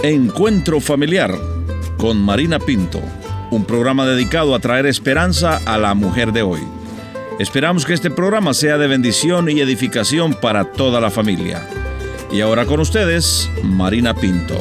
Encuentro Familiar con Marina Pinto, un programa dedicado a traer esperanza a la mujer de hoy. Esperamos que este programa sea de bendición y edificación para toda la familia. Y ahora con ustedes, Marina Pinto.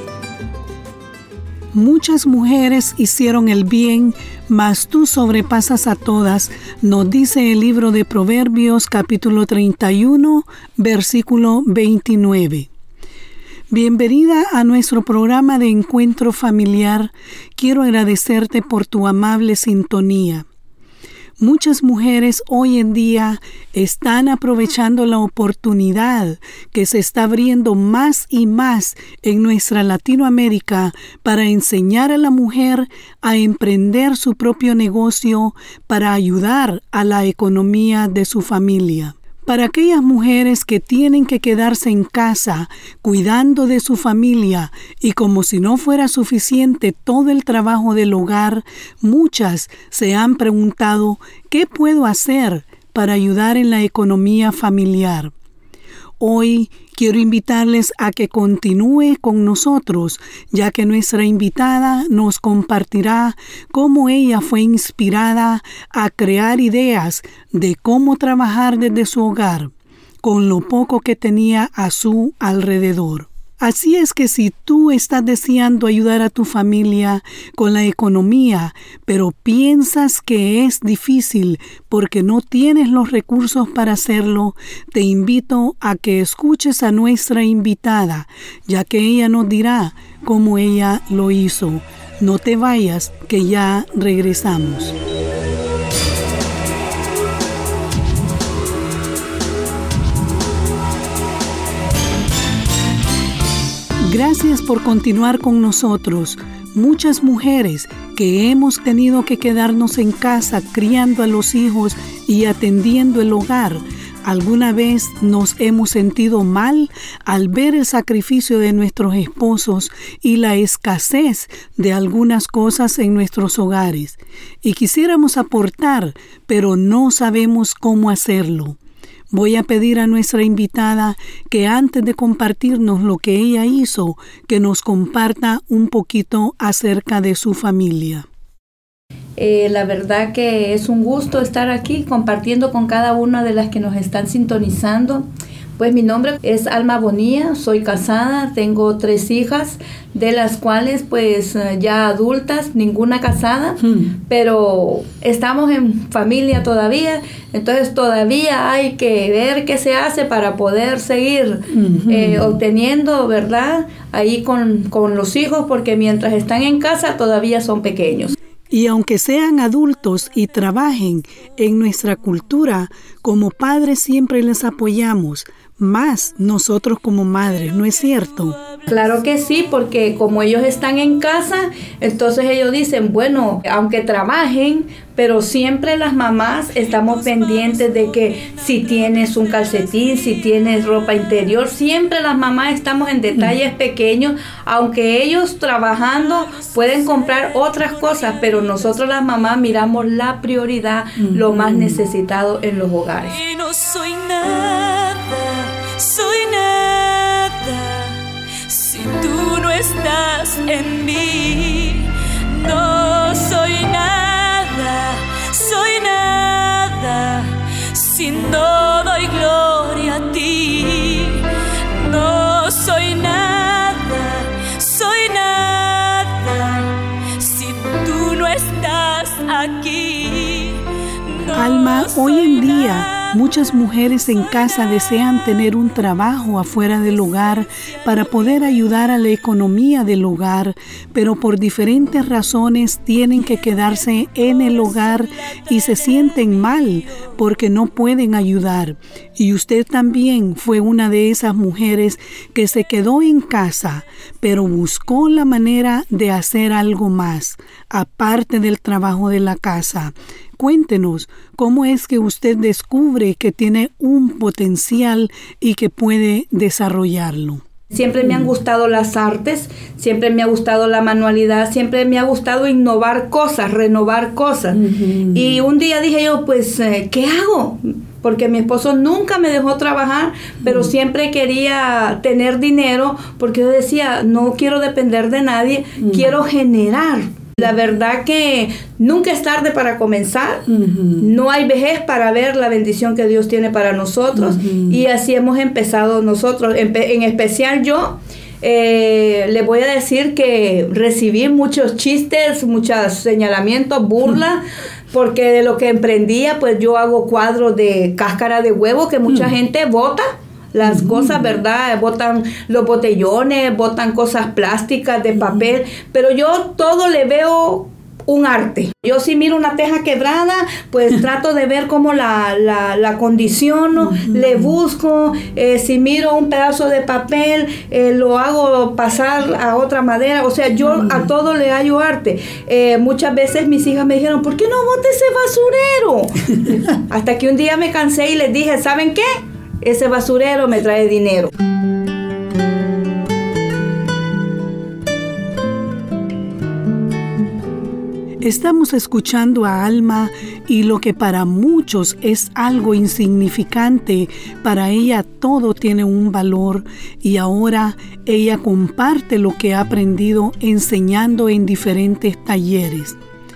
Muchas mujeres hicieron el bien, mas tú sobrepasas a todas, nos dice el libro de Proverbios, capítulo 31, versículo 29. Bienvenida a nuestro programa de Encuentro Familiar. Quiero agradecerte por tu amable sintonía. Muchas mujeres hoy en día están aprovechando la oportunidad que se está abriendo más y más en nuestra Latinoamérica para enseñar a la mujer a emprender su propio negocio para ayudar a la economía de su familia. Para aquellas mujeres que tienen que quedarse en casa cuidando de su familia y como si no fuera suficiente todo el trabajo del hogar, muchas se han preguntado, ¿qué puedo hacer para ayudar en la economía familiar? Hoy quiero invitarles a que continúe con nosotros, ya que nuestra invitada nos compartirá cómo ella fue inspirada a crear ideas de cómo trabajar desde su hogar, con lo poco que tenía a su alrededor. Así es que si tú estás deseando ayudar a tu familia con la economía, pero piensas que es difícil porque no tienes los recursos para hacerlo, te invito a que escuches a nuestra invitada, ya que ella nos dirá cómo ella lo hizo. No te vayas, que ya regresamos. Gracias por continuar con nosotros. Muchas mujeres que hemos tenido que quedarnos en casa criando a los hijos y atendiendo el hogar, ¿alguna vez nos hemos sentido mal al ver el sacrificio de nuestros esposos y la escasez de algunas cosas en nuestros hogares? Y quisiéramos aportar, pero no sabemos cómo hacerlo. Voy a pedir a nuestra invitada que antes de compartirnos lo que ella hizo, que nos comparta un poquito acerca de su familia. La verdad que es un gusto estar aquí compartiendo con cada una de las que nos están sintonizando. Pues mi nombre es Alma Bonilla, soy casada, tengo 3 hijas, de las cuales pues ya adultas, ninguna casada, pero estamos en familia todavía, entonces todavía hay que ver qué se hace para poder seguir obteniendo, ¿verdad? Ahí con los hijos, porque mientras están en casa todavía son pequeños. Y aunque sean adultos y trabajen en nuestra cultura, como padres siempre les apoyamos, más nosotros como madres, ¿no es cierto? Claro que sí, porque como ellos están en casa, entonces ellos dicen, bueno, aunque trabajen, pero siempre las mamás estamos pendientes de que si tienes un calcetín, si tienes ropa interior, siempre las mamás estamos en detalles pequeños, aunque ellos trabajando pueden comprar otras cosas, pero nosotros las mamás miramos la prioridad, lo más necesitado en los hogares. Y no soy nada, soy nada, si tú no estás en mí. No soy nada, si no doy gloria a ti. No soy nada, si tú no estás aquí. No Alma, hoy en día muchas mujeres en casa desean tener un trabajo afuera del hogar para poder ayudar a la economía del hogar, pero por diferentes razones tienen que quedarse en el hogar y se sienten mal porque no pueden ayudar. Y usted también fue una de esas mujeres que se quedó en casa, pero buscó la manera de hacer algo más, aparte del trabajo de la casa. Cuéntenos, ¿cómo es que usted descubre que tiene un potencial y que puede desarrollarlo? Siempre me han gustado las artes, siempre me ha gustado la manualidad, siempre me ha gustado innovar cosas, renovar cosas. Y un día dije yo, pues, ¿qué hago? Porque mi esposo nunca me dejó trabajar, pero siempre quería tener dinero, porque yo decía, no quiero depender de nadie, quiero generar. La verdad que nunca es tarde para comenzar, no hay vejez para ver la bendición que Dios tiene para nosotros, y así hemos empezado nosotros, en especial yo. Le voy a decir que recibí muchos chistes, muchos señalamientos, burlas, porque de lo que emprendía, pues yo hago cuadros de cáscara de huevo que mucha gente bota. Las cosas, ¿verdad? Botan los botellones, botan cosas plásticas de papel, pero yo todo le veo un arte. Yo si miro una teja quebrada, pues trato de ver cómo la condiciono, le busco. Si miro un pedazo de papel, lo hago pasar a otra madera. O sea, yo a todo le hallo arte. Muchas veces mis hijas me dijeron, ¿por qué no botes ese basurero? Hasta que un día me cansé y les dije, ¿saben qué? Ese basurero me trae dinero. Estamos escuchando a Alma y lo que para muchos es algo insignificante, para ella todo tiene un valor, y ahora ella comparte lo que ha aprendido enseñando en diferentes talleres.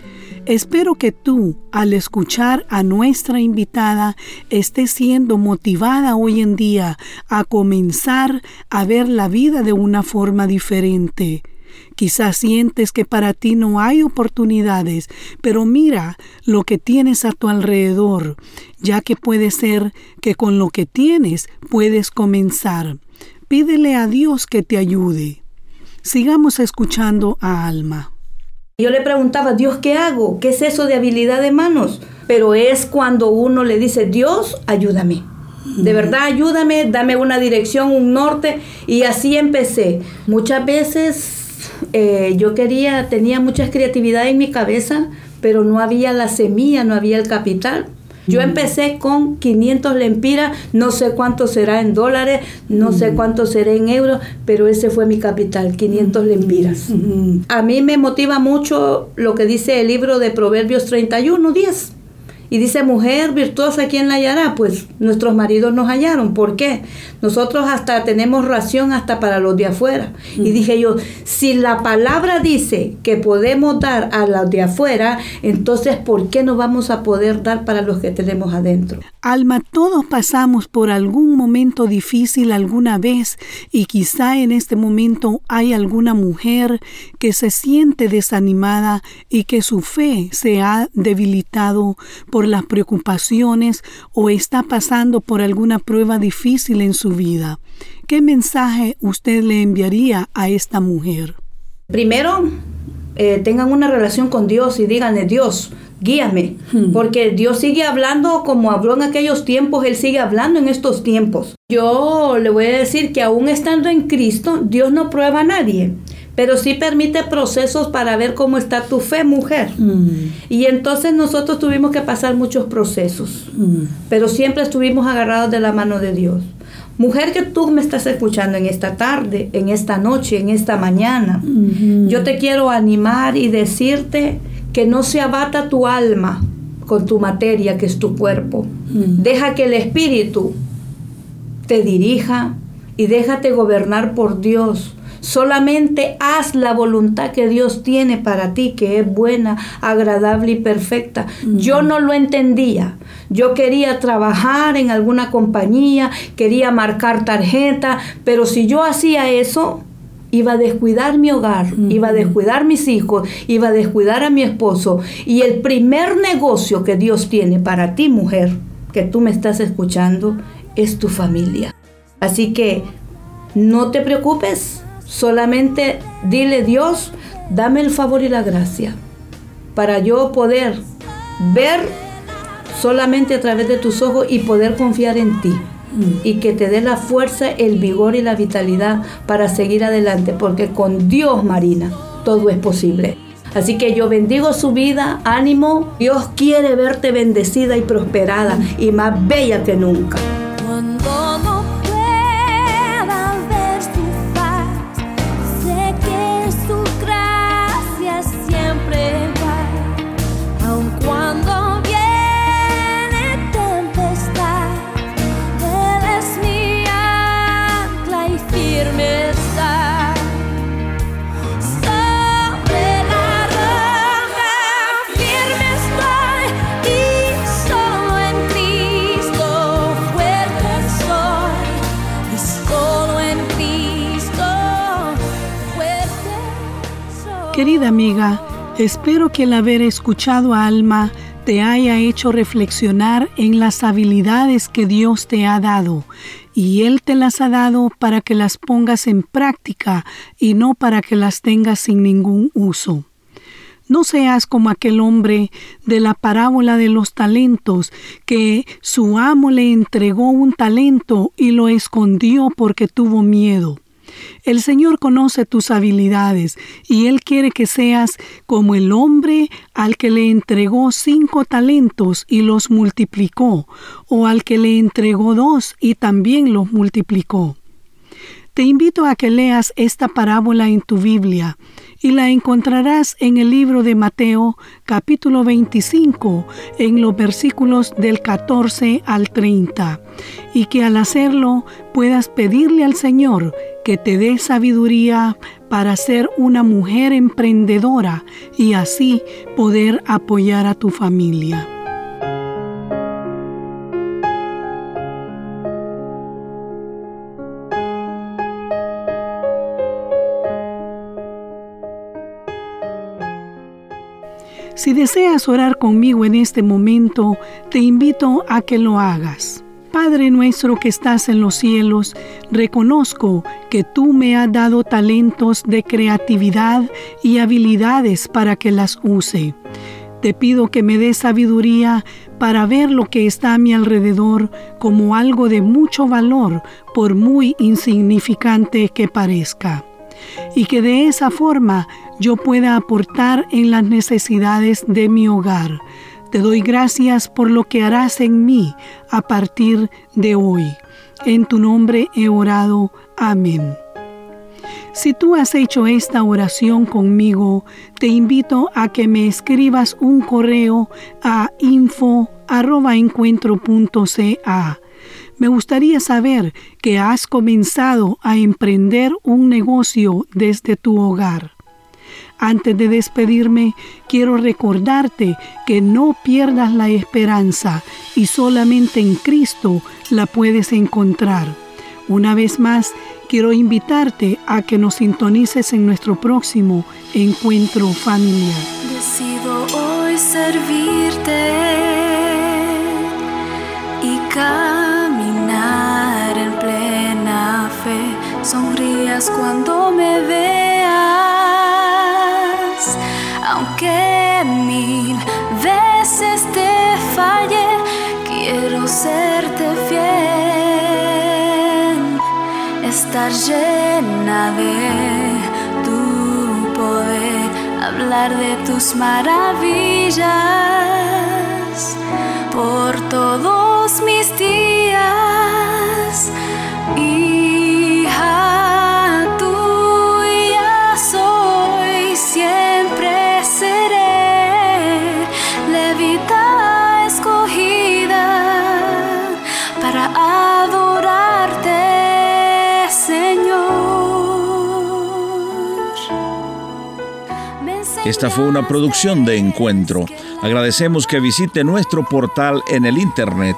Espero que tú, al escuchar a nuestra invitada, estés siendo motivada hoy en día a comenzar a ver la vida de una forma diferente. Quizás sientes que para ti no hay oportunidades, pero mira lo que tienes a tu alrededor, ya que puede ser que con lo que tienes puedes comenzar. Pídele a Dios que te ayude. Sigamos escuchando a Alma. Yo le preguntaba, Dios, ¿qué hago? ¿Qué es eso de habilidad de manos? Pero es cuando uno le dice, Dios, ayúdame. De verdad, ayúdame, dame una dirección, un norte. Y así empecé. Muchas veces yo tenía mucha creatividad en mi cabeza, pero no había la semilla, no había el capital. Yo empecé con 500 lempiras, no sé cuánto será en dólares, no sé cuánto será en euros, pero ese fue mi capital, 500 lempiras. A mí me motiva mucho lo que dice el libro de Proverbios 31:10. Y dice, mujer virtuosa, ¿quién la hallará? Pues nuestros maridos nos hallaron. ¿Por qué? Nosotros hasta tenemos ración hasta para los de afuera. Y dije yo, si la palabra dice que podemos dar a los de afuera, entonces ¿por qué no vamos a poder dar para los que tenemos adentro? Alma, todos pasamos por algún momento difícil alguna vez, y quizá en este momento hay alguna mujer que se siente desanimada y que su fe se ha debilitado por las preocupaciones o está pasando por alguna prueba difícil en su vida. ¿Qué mensaje usted le enviaría a esta mujer? Primero, tengan una relación con Dios y díganle, Dios, guíame, porque Dios sigue hablando como habló en aquellos tiempos, Él sigue hablando en estos tiempos. Yo le voy a decir que aún estando en Cristo, Dios no prueba a nadie, pero sí permite procesos para ver cómo está tu fe, mujer. Y entonces nosotros tuvimos que pasar muchos procesos, pero siempre estuvimos agarrados de la mano de Dios. Mujer que tú me estás escuchando en esta tarde, en esta noche, en esta mañana, yo te quiero animar y decirte que no se abata tu alma con tu materia, que es tu cuerpo. Deja que el Espíritu te dirija y déjate gobernar por Dios. Solamente haz la voluntad que Dios tiene para ti, que es buena, agradable y perfecta. Yo no lo entendía. Yo quería trabajar en alguna compañía, quería marcar tarjeta, pero si yo hacía eso, iba a descuidar mi hogar, iba a descuidar mis hijos, iba a descuidar a mi esposo. Y el primer negocio que Dios tiene para ti, mujer, que tú me estás escuchando, es tu familia. Así que no te preocupes. Solamente dile, Dios, dame el favor y la gracia para yo poder ver solamente a través de tus ojos y poder confiar en ti. Y que te dé la fuerza, el vigor y la vitalidad para seguir adelante, porque con Dios, Marina, todo es posible. Así que yo bendigo su vida, ánimo. Dios quiere verte bendecida y prosperada y más bella que nunca. Cuando no pueda ver su Querida amiga, espero que el haber escuchado a Alma te haya hecho reflexionar en las habilidades que Dios te ha dado, y Él te las ha dado para que las pongas en práctica y no para que las tengas sin ningún uso. No seas como aquel hombre de la parábola de los talentos, que su amo le entregó un talento y lo escondió porque tuvo miedo. El Señor conoce tus habilidades y Él quiere que seas como el hombre al que le entregó 5 talentos y los multiplicó, o al que le entregó 2 y también los multiplicó. Te invito a que leas esta parábola en tu Biblia y la encontrarás en el libro de Mateo, capítulo 25, en los versículos del 14 al 30, y que al hacerlo puedas pedirle al Señor que te dé sabiduría para ser una mujer emprendedora y así poder apoyar a tu familia. Si deseas orar conmigo en este momento, te invito a que lo hagas. Padre nuestro que estás en los cielos, reconozco que tú me has dado talentos de creatividad y habilidades para que las use. Te pido que me des sabiduría para ver lo que está a mi alrededor como algo de mucho valor, por muy insignificante que parezca. Y que de esa forma yo pueda aportar en las necesidades de mi hogar. Te doy gracias por lo que harás en mí a partir de hoy. En tu nombre he orado. Amén. Si tú has hecho esta oración conmigo, te invito a que me escribas un correo a info@encuentro.ca. Me gustaría saber que has comenzado a emprender un negocio desde tu hogar. Antes de despedirme, quiero recordarte que no pierdas la esperanza y solamente en Cristo la puedes encontrar. Una vez más, quiero invitarte a que nos sintonices en nuestro próximo encuentro familiar. Decido hoy servirte y caminar en plena fe. Sonrías cuando me veas, aunque 1000 veces te falle, quiero serte fiel, estar llena de tu poder, hablar de tus maravillas por todos mis días. Hija tuya soy, siempre seré, levita escogida para adorarte, Señor. Esta fue una producción de Encuentro. Agradecemos que visite nuestro portal en el internet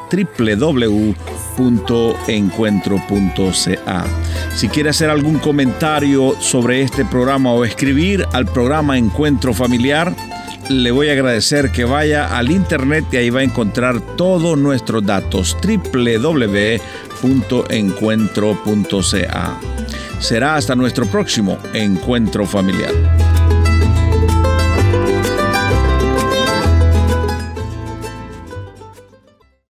www.encuentro.ca. Si quiere hacer algún comentario sobre este programa o escribir al programa Encuentro Familiar, le voy a agradecer que vaya al internet y ahí va a encontrar todos nuestros datos, www.encuentro.ca. Será hasta nuestro próximo Encuentro Familiar.